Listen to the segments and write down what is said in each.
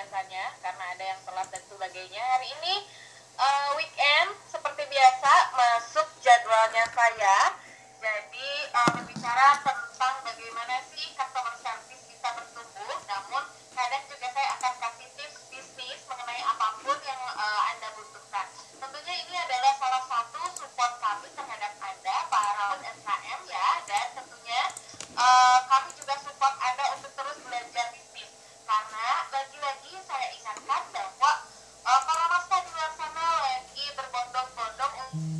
biasanya karena ada yang telat dan sebagainya. Hari ini weekend seperti biasa masuk jadwalnya saya. Jadi berbicara tentang bagaimana sih customer service bisa bertumbuh. Namun kadang juga saya akan kasih tips bisnis mengenai apapun yang Anda butuhkan. Tentunya ini adalah salah satu support kami terhadap Anda para UMKM ya, dan tentunya kami juga support Anda untuk terus belajar bisnis. Karena lagi-lagi saya ingatkan bahwa para master di luar sana lagi berbondong-bondong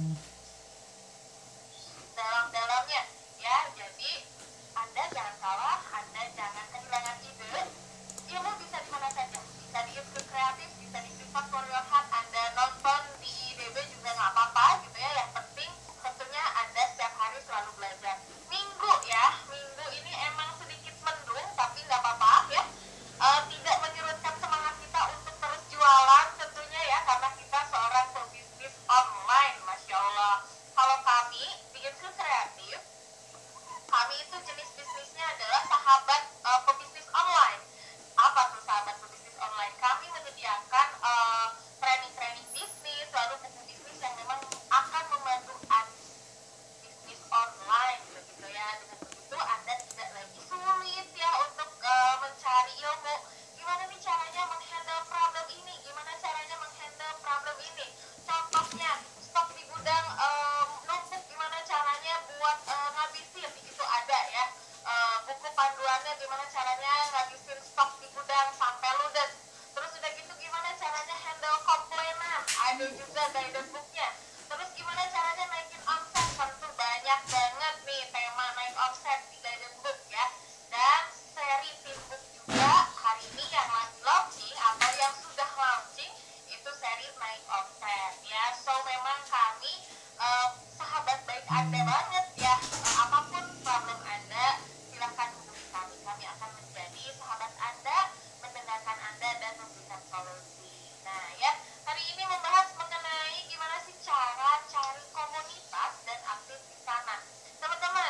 dalam-dalamnya ya. Jadi Anda jangan salah, Anda jangan kehilangan ide. Ilmu bisa di mana saja, bisa di Institut Kreatif, bisa di Privat for Your Heart. Anda nonton di IDB juga nggak apa-apa gitu ya. Yang penting tentunya Anda setiap hari selalu belajar. Minggu ini emang sedikit mendung, tapi nggak apa-apa ya. Tidak menyurutkan semangat kita untuk terus jualan tentunya ya, karena kita seorang pebisnis online, Masya Allah. Kalau kami di Institut Kreatif, kami itu jenis bisnisnya adalah sahabat pebisnis online. Apa tuh sahabat pebisnis online? Kami menyediakan training-training bisnis, lalu buku bisnis yang memang akan membantu bisnis online begitu ya. Dengan begitu Anda tidak lagi sulit ya untuk mencari ilmu. Gimana nih caranya menghandle problem ini? Gimana caranya menghandle problem ini? Contohnya stok di gudang numpuk, gimana caranya buat ngabisin? Itu ada ya. Buku panduannya gimana caranya ngabisin stok di gudang sampai ludes. Terus udah gitu gimana caranya handle komplainan? Ada juga guidance booknya. Terus gimana caranya naikin omset? Tentu banyak banget nih tema naik omset di guidance book ya. Dan seri teambook juga hari ini yang lagi launching atau yang sudah launching itu seri naik omset ya. So memang kami sahabat baik Anda banget ya. Apapun problem Anda silahkan hubungi kami. Kami akan menjadi sahabat Anda, mendengarkan Anda dan memberikan solusi. Nah ya, hari ini membahas mengenai gimana sih cara cari komunitas dan aktif di sana. Teman-teman,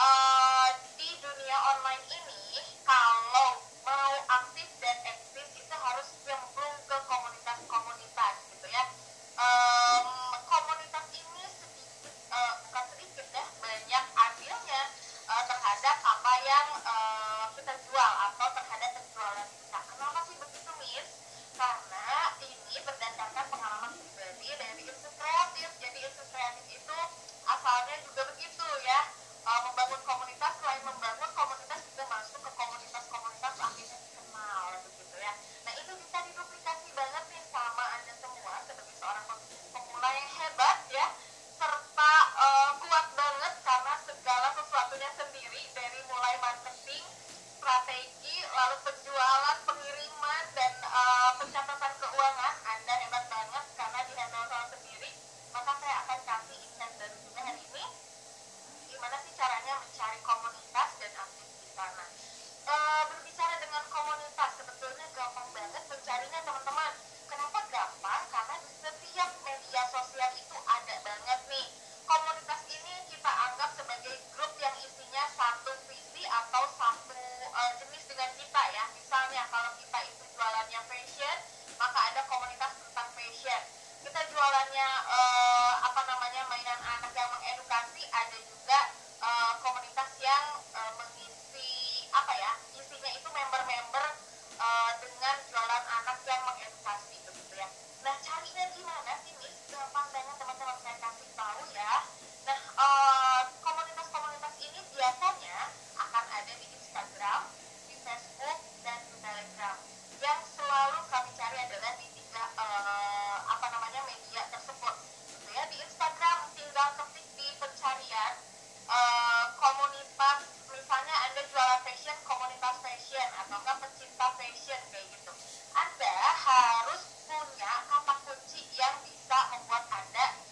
di dunia online ini kalau mau aktif dan eksis itu harus nyemplung ke komunitas-komunitas gitu ya. Komunitas ini sedikit, bukan sedikit ya, banyak andilnya terhadap apa yang kita jual atau terhadap penjualan kita. Kenapa sih begitu, Miss? Karena ini berdasarkan pengalaman pribadi dari Institut Kreatif. Jadi Institut Kreatif itu asalnya juga begitu ya, membangun komunitas. Selain membangun komunitas juga masuk ke komunitas-komunitas akhirnya dikenal begitu ya. Nah itu bisa diduplikasi banget nih sama Anda semua sebagai seorang pemula yang hebat ya, serta kuat banget karena segala sesuatunya sendiri, dari mulai marketing, strategi, lalu penjualan, pengiriman, dan pencatatan keuangan. Anda hebat banget karena dihandle sama sendiri. Maka saya akan kasih insight baru juga hari ini, gimana sih caranya mencari komunitas dan aktif di sana. Berbicara dengan komunitas sebetulnya gampang banget mencarinya, teman-teman. Kenapa gampang? Karena di setiap media sosial itu ada banget nih. Komunitas ini kita anggap sebagai grup yang isinya satu visi atau satu jenis dengan kita ya. Misalnya kalau kita itu jualannya fashion, maka ada komunitas tentang fashion. Kita jualannya mainan anak yang mengedukasi, ada juga komunitas yang mengisi isinya itu member-member dengan jualan anak yang mengedukasi begitu ya. Nah carinya gimana sih, Miss? Gampang banget teman-teman, saya kasih tahu ya. Nah komunitas-komunitas ini biasanya akan ada di Instagram, di Facebook, dan di Telegram. Yang selalu kami cari adalah di tiga media tersebut gitu ya. Di Instagram tinggal ketik di pencarian komunitas, misalnya Anda jualan fashion, komunitas fashion, atau enggak pecinta fashion kayak gitu. Anda harus punya kata kunci yang bisa membuat Anda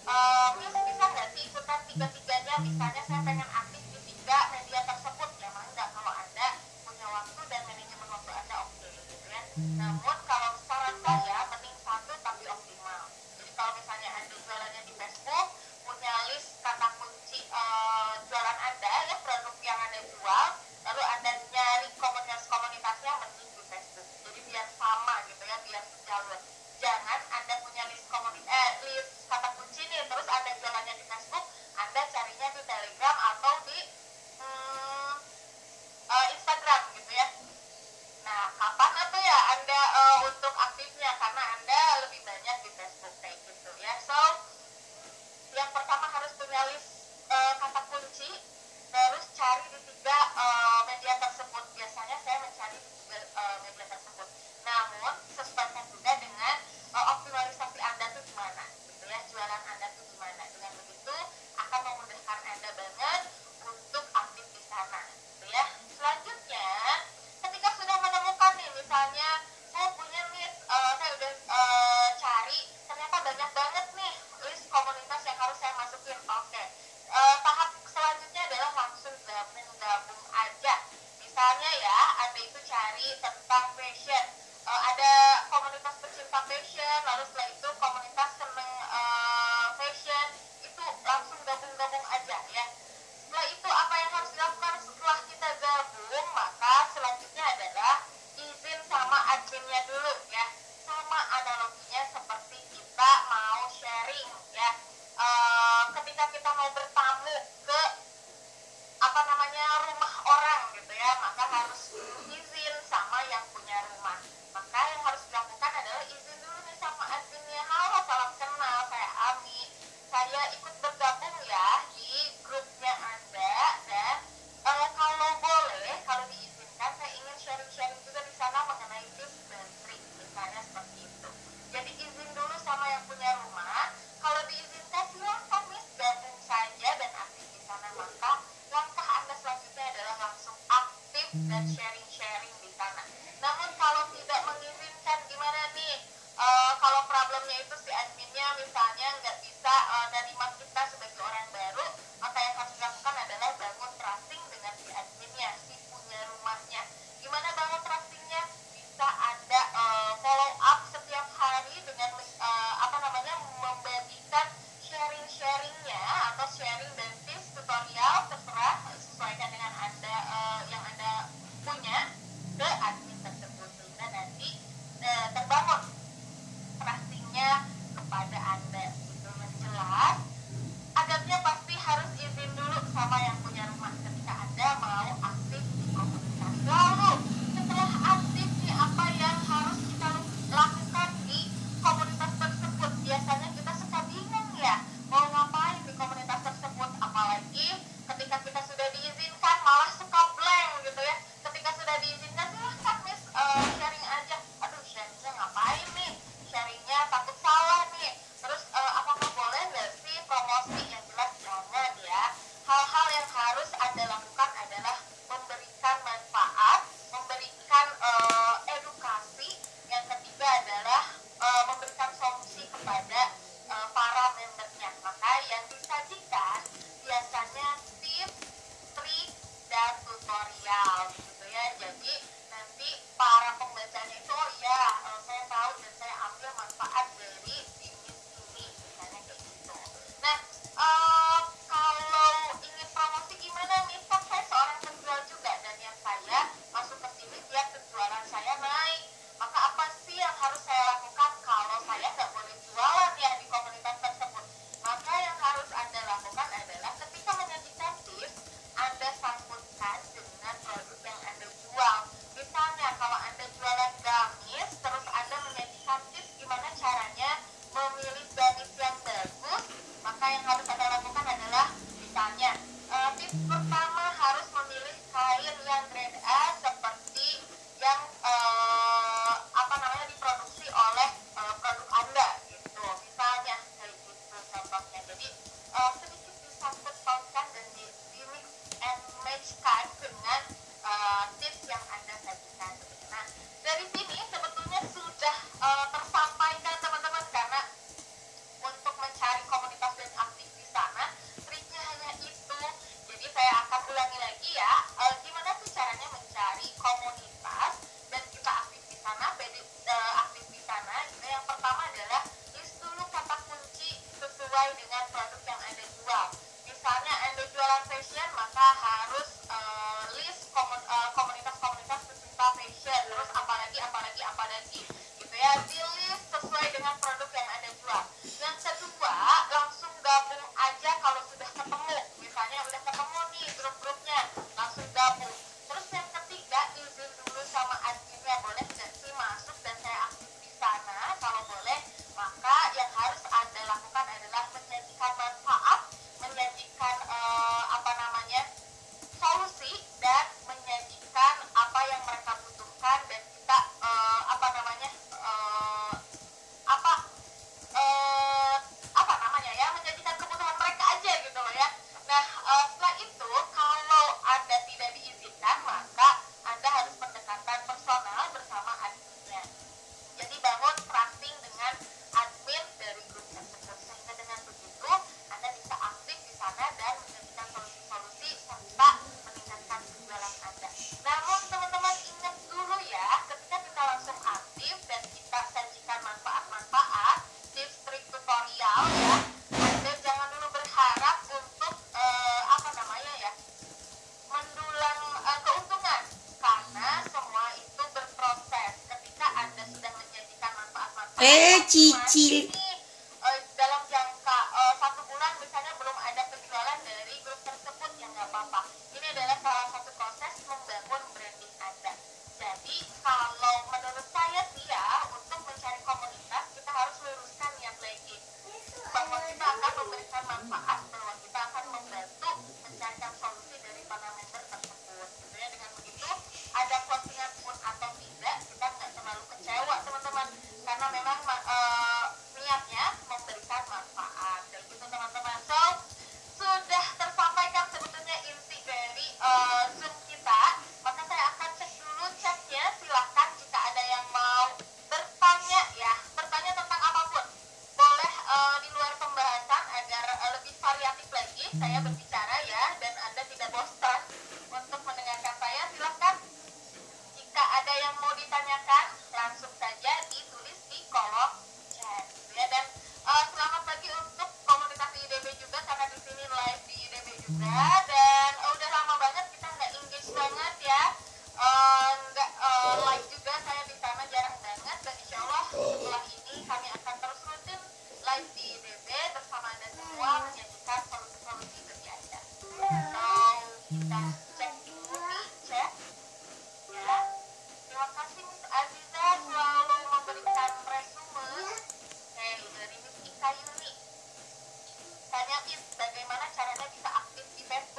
Miss bisa nggak sih ikutan tiga-tiganya, misalnya saya pengen aktif di tiga media tersebut, ya enggak, kalau Anda punya waktu dan manajemen waktu Anda oke gitu ya. Namun kalau saran saya mending satu tapi optimal. Jadi kalau misalnya Anda jualannya di Facebook, punya list kata kunci jualan Anda ya, produk yang Anda jual, lalu Anda nyari komunitasnya mending di Facebook. Jadi biar sama gitu ya, biar sejalur. Jangan Anda punya list kata kunci nih, terus Anda jualannya di Facebook, Anda carinya di Telegram atau di Instagram gitu ya. Nah, kapan atau ya Anda untuk aktifnya, karena Anda lebih banyak di Facebook kayak gitu ya. So, yang pertama harus punya list kata kunci, terus cari di tiga media tersebut. Biasanya saya mencari di tiga media tersebut. Namun sesuaikan juga dengan optimalisasi Anda tuh gimana, gitu ya. Jualan Anda tuh gimana. Dengan begitu akan memudahkan Anda banget untuk aktif di sana, gitu ya. Selanjutnya, ketika sudah menemukan nih, misalnya saya punya list, saya udah cari, ternyata banyak banget nih list komunitas yang harus saya masukin. Oke. Tahap selanjutnya adalah langsung gabung aja. Misalnya ya, Anda itu cari tentang fashion, ada komunitas pecinta fashion, lalu setelah itu komunitas seneng fashion, itu langsung gabung aja ya. Setelah itu apa yang harus dilakukan setelah kita gabung? Maka selanjutnya adalah izin sama adminnya dulu ya. Sama analoginya seperti kita mau sharing ya. Ketika kita mau bertamu ke rumah orang gitu ya, maka harus izin sama yang punya rumah. Maka yang harus dilakukan adalah izin dulu nih sama adminnya. Halo, salam kenal, saya Ami, saya ikut bergabung ya di grupnya Anda, dan kalau boleh, kalau diizinkan, saya ingin sharing-sharing juga di sana mengenai tips dan trik, misalnya seperti itu. Jadi izin dulu sama yang punya rumah. Kalau diizinkan silahkan Miss gabung saja dan aktif di sana. Maka langkah Anda selanjutnya adalah langsung aktif dan sharing-sharing di sana. Namun kalau tidak mengizinkan gimana nih? Kalau problemnya itu si adminnya misalnya nggak bisa nerima kita sebagai orang baru, maka yang harus dilakukan adalah bangun trusting dengan si adminnya, si punya rumahnya. Gimana bangun trustingnya? Bisa Anda follow up setiap hari dengan membagikan sharing-sharingnya atau sharing dan tips tutorial, terserah sesuaikan dengan Anda yang Anda punya ke admin tersebut, sehingga nanti terbangun trustingnya kepada Anda. Itu menjelas. Adabnya pasti harus izin dulu sama yang punya rumah ketika Anda mau aktif di komunitas. Lalu setelah aktif nih, apa yang harus kita lakukan di komunitas tersebut? Biasanya kita suka bingung ya, mau ngapain di komunitas tersebut, apalagi ketika kita sudah diizinkan malah suka blank gitu ya. Ketika sudah diizinkan silahkan Miss sharing aja. Aduh, sharingnya ngapain nih? Sharingnya takut salah nih. Terus apakah boleh nggak sih promosi? Yang jelas jangan ya. Hal-hal yang harus Anda lakukan adalah memberikan manfaat, memberikan edukasi. Yang ketiga adalah memberikan solusi kepada para membernya. Maka yang disajikan biasanya tips, trik, dan tutorial gitu ya. Jadi nanti para pembacanya itu, oh ya, saya tahu dan saya ambil manfaat dari ini misalnya kayak gitu. Nah, kalau ingin promosi gimana nih? Kan saya seorang penjual juga, dan yang saya masuk ke sini biar penjualan saya naik. Maka apa sih yang harus saya lakukan kalau saya nggak boleh jualan ya di komunitas tersebut? Maka yang harus Anda lakukan adalah ketika menyajikan tips, Anda sambutkan dengan produk yang Anda jual. Cicil. Dalam jangka 1 bulan misalnya belum ada penjualan dari grup tersebut, ya nggak apa-apa. Ini adalah salah satu proses membangun branding Anda. Jadi kalau menurut saya sih ya, untuk mencari komunitas kita harus luruskan niat lagi bahwa kita akan memberikan manfaat, bahwa kita akan membantu mencarikan solusi dari para member tersebut. Gitu ya, dengan begitu ada closingan pun atau tidak, kita nggak terlalu kecewa teman-teman, karena memang niatnya memberikan manfaat. Dan gitu teman-teman. So sudah tersampaikan sebetulnya inti dari Zoom kita. Maka saya akan cek dulu chatnya. Silahkan jika ada yang mau bertanya ya, bertanya tentang apapun. Boleh di luar pembahasan agar lebih variatif lagi saya berbicara ya, dan Anda tidak bosan untuk mendengarkan saya. Silahkan jika ada yang mau ditanyakan langsung saja ditulis di kolom chat ya. Dan selamat pagi untuk komunitas di IDB juga, karena di sini live di IDB juga. Dan udah lama banget kita nggak engage banget ya, nggak live juga saya di sana, jarang banget. Dan insya Allah setelah ini kami akan terus rutin live di IDB bersama Anda semua, menyajikan solusi-solusi bagi Anda. So kita cek dulu di chat ya. Terima kasih Miss Aziza selalu memberikan resume. Dari Miss Ika Yuni. Tanya Miss, bagaimana caranya bisa aktif di Facebook?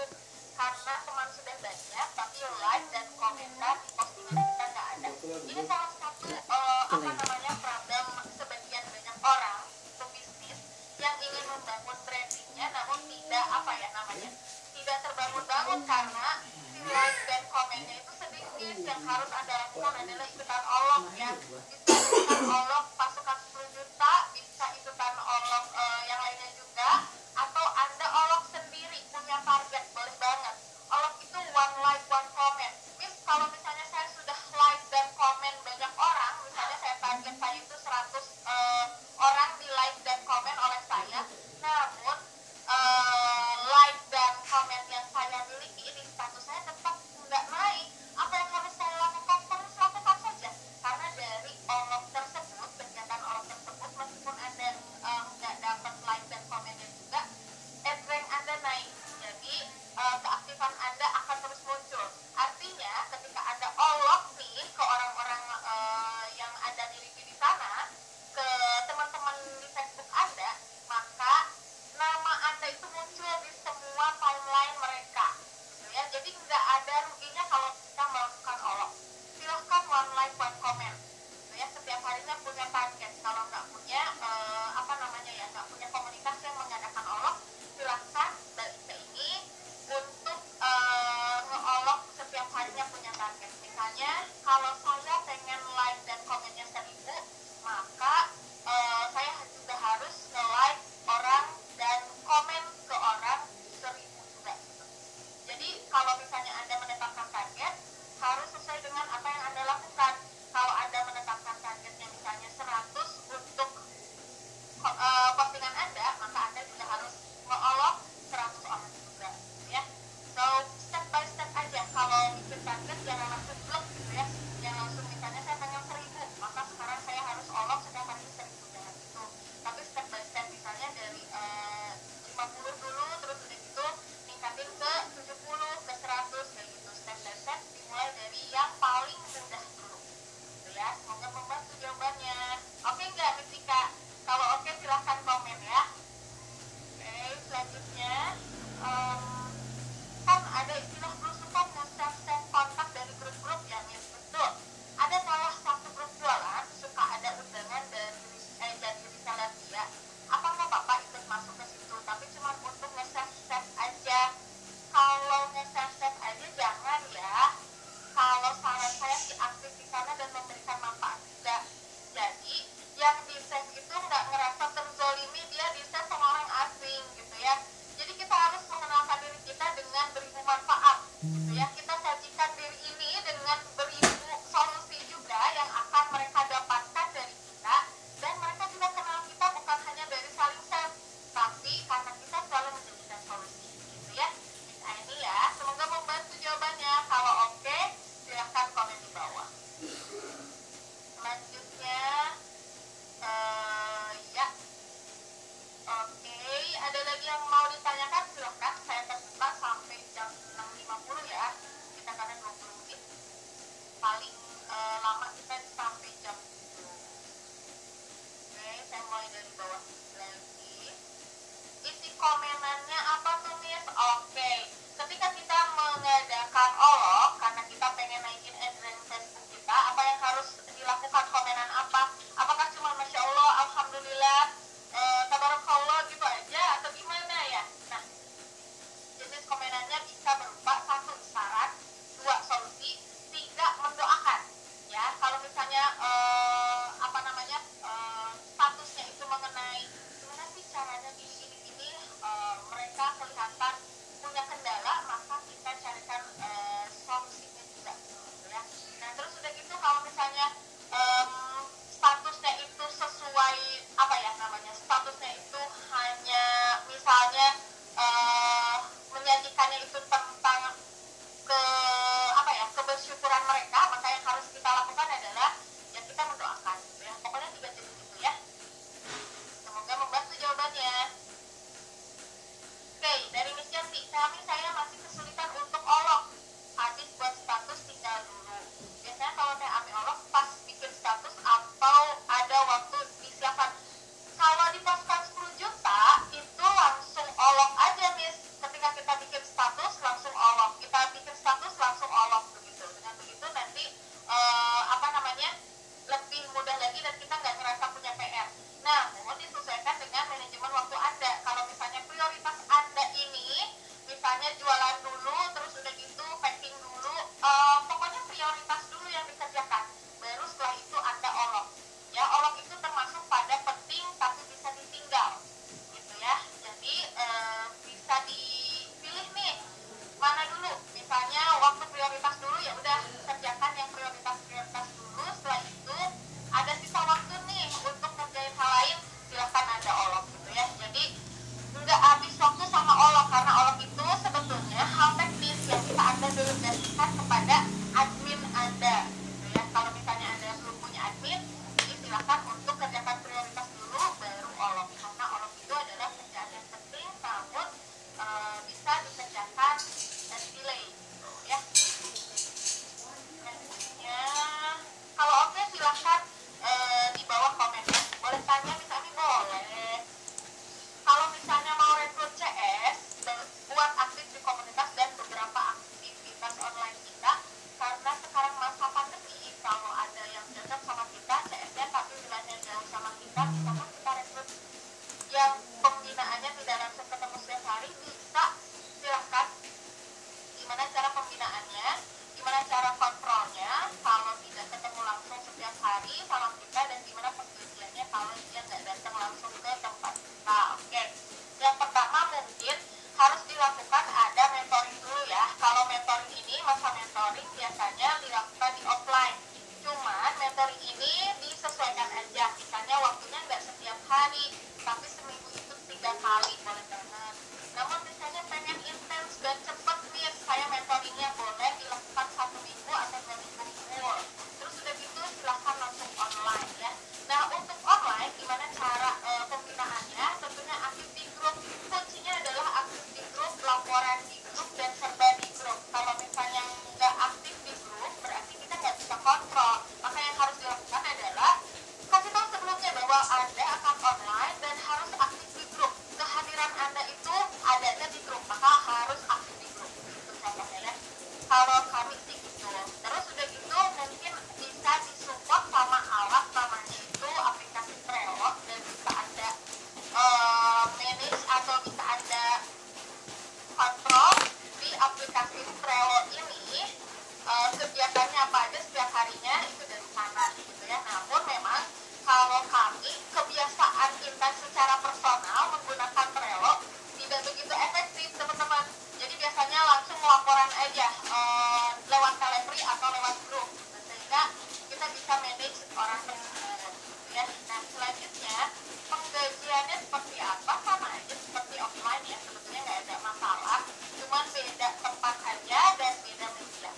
yang pembinaannya tidak langsung ketemu setiap hari bisa silahkan gimana cara pembinaannya, gimana cara kontrolnya kalau tidak ketemu langsung setiap hari sama kita, dan gimana penggajiannya kalau dia nggak datang langsung ke tempat kita. Oke, yang pertama mungkin harus dilakukan ada mentoring dulu ya. Kalau mentoring ini, masa mentoring biasanya dilakukan di offline, cuman mentoring ini disesuaikan aja, misalnya waktunya nggak setiap hari tapi seminggu itu 3 kali boleh banget. Namun misalnya pengen intens dan cepet nih, saya mentoringnya boleh dilakukan 1 minggu atau 2 minggu full. Terus udah gitu silahkan langsung online ya. Nah, untuk online gimana cara pembinaannya? Tentunya aktif di grup. Kuncinya adalah aktif di grup, laporan di grup, dan serba di grup. Kalau misalnya nggak aktif di grup berarti kita nggak bisa kontrol. Maka yang harus dilakukan adalah kasih tahu sebelumnya bahwa Anda akan online dan harus aktif di grup. Kehadiran Anda itu adanya di grup, maka harus aktif di grup. Itu contohnya ya. Kalau kami sih gitu. Terus udah gitu mungkin bisa disupport sama alat, namanya itu aplikasi Trello, dan bisa Anda manage atau bisa Anda kontrol di aplikasi Trello ini. Kegiatannya apa aja setiap harinya itu dari sana gitu ya. Namun memang kalau kami kebiasaan kita secara personal menggunakan Trello tidak begitu efektif teman-teman. Jadi biasanya langsung laporan aja lewat telepri atau lewat grup, sehingga kita bisa manage orang tersebut gitu ya. Nah, selanjutnya penggajiannya seperti apa? Sama aja seperti offline ya, sebetulnya nggak ada masalah, cuman beda tempat aja dan beda media.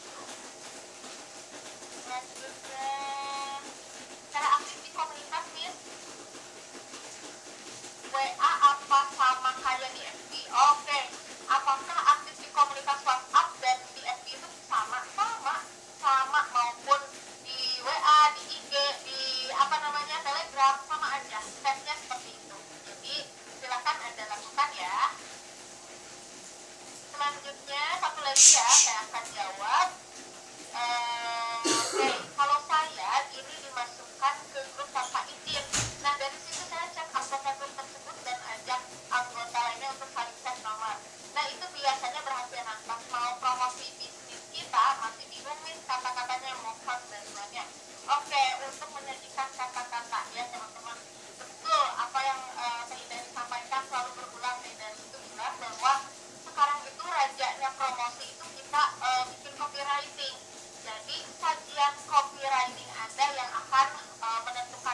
Selanjutnya cara aktif di komunitas Miss, WA apa sama kayak di FB? Oke, apakah aktif di komunitas WhatsApp dan di FB itu sama maupun di WA, di IG, di Telegram, sama aja, stepnya seperti itu. Jadi silakan Anda lakukan ya. Selanjutnya satu lagi ya, saya akan jawab. Oke, kalau saya ini dimasukkan ke grup tanpa izin. Nah, dari situ saya cek anggota grup tersebut dan ajak anggota lainnya untuk saling cek nomor. Nah, itu biasanya berhasil nangkap. Mau promosi bisnis kita masih bingung nih kata-katanya, mau post dan sebagainya. Oke, untuk menyajikan kata-kata ya teman-teman, betul apa yang Teh sampaikan selalu berulang. Teh itu bilang bahwa sekarang itu rajanya promosi itu kita bikin copywriting. Jadi sajian copywriting Anda yang akan menentukan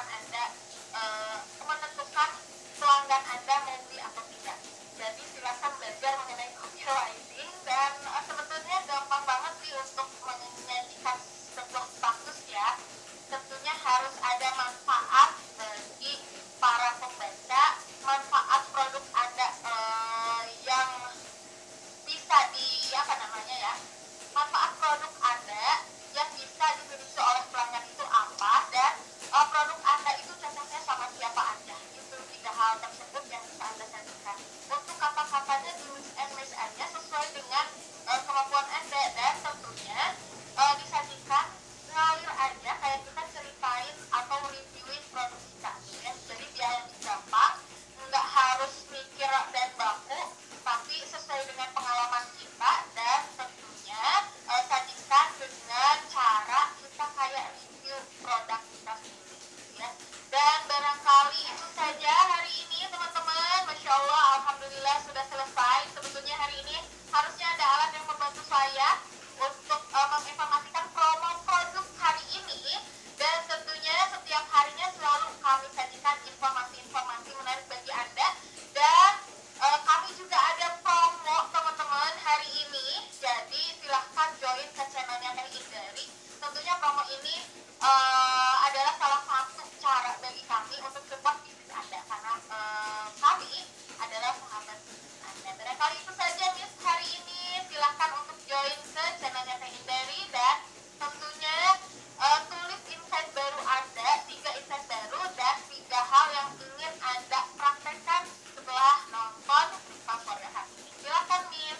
pelanggan Anda mau beli atau tidak. Jadi silakan belajar mengenai copywriting, dan sebetulnya gampang banget sih untuk menyajikan sebuah status ya. Tentunya harus ada manfaat bagi para pembaca, manfaat produk Anda yang bisa manfaat produk Anda yang bisa dimiliki oleh pelanggan itu apa, dan produk Anda itu cocoknya sama siapa aja. Itu 3 hal tersebut yang bisa Anda sajikan. Untuk kata-katanya di mix and match aja sesuai dengan kemampuan Anda, dan tentunya disajikan ngalir aja kayak kita ceritain atau reviewin produk kita ya. Jadi biar lebih gampang, nggak harus mikir dan baku, tapi sesuai dengan pengalaman kita, dan tentunya sajikan dengan cara kita kayak review produk kita sendiri ya. Dan barangkali itu saja hari ini teman-teman. Masya Allah, alhamdulillah sudah selesai. Sebetulnya hari ini harusnya ada alat yang membantu saya untuk menginformasikan promo produk hari ini, dan tentunya setiap harinya selalu kami sajikan informasi-informasi menarik bagi Anda. Dan kami juga ada promo teman-teman hari ini, jadi silahkan join ke channelnya Teh Indari. Tentunya promo ini adalah salah satu cara bagi kami untuk support bisnis Anda, karena kami adalah sahabat bisnis Anda. Barangkali itu saja Miss hari ini. Silahkan untuk join ke channelnya Teh Indari, dan tentunya tulis insight baru Anda, 3 insight baru dan 3 hal yang ingin Anda praktekkan setelah nonton Rifah Warga Hati. Silahkan Miss.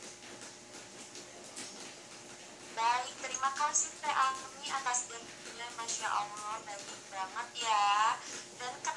Baik, terima kasih Teh Ami atas ilmunya, Masya Allah, baik banget ya. Dan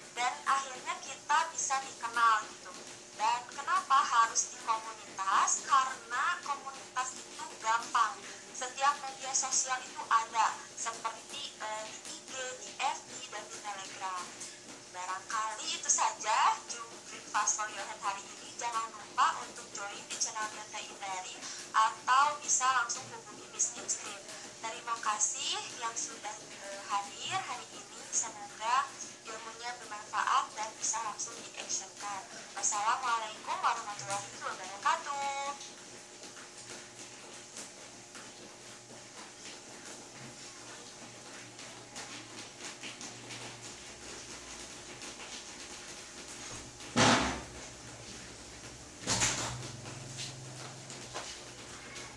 dan akhirnya kita bisa dikenal gitu. Dan kenapa harus di komunitas? Karena komunitas itu gampang. Setiap media sosial itu ada, seperti di IG, di FB, dan di Telegram. Barangkali itu saja Jump Fast for Your Head hari ini. Jangan lupa untuk join di channelnya Teh Indari atau bisa langsung hubungi Miss Inscript. Terima kasih yang sudah hadir hari ini. Semoga ilmunya bermanfaat dan bisa langsung di-actionkan. Wassalamualaikum warahmatullahi wabarakatuh.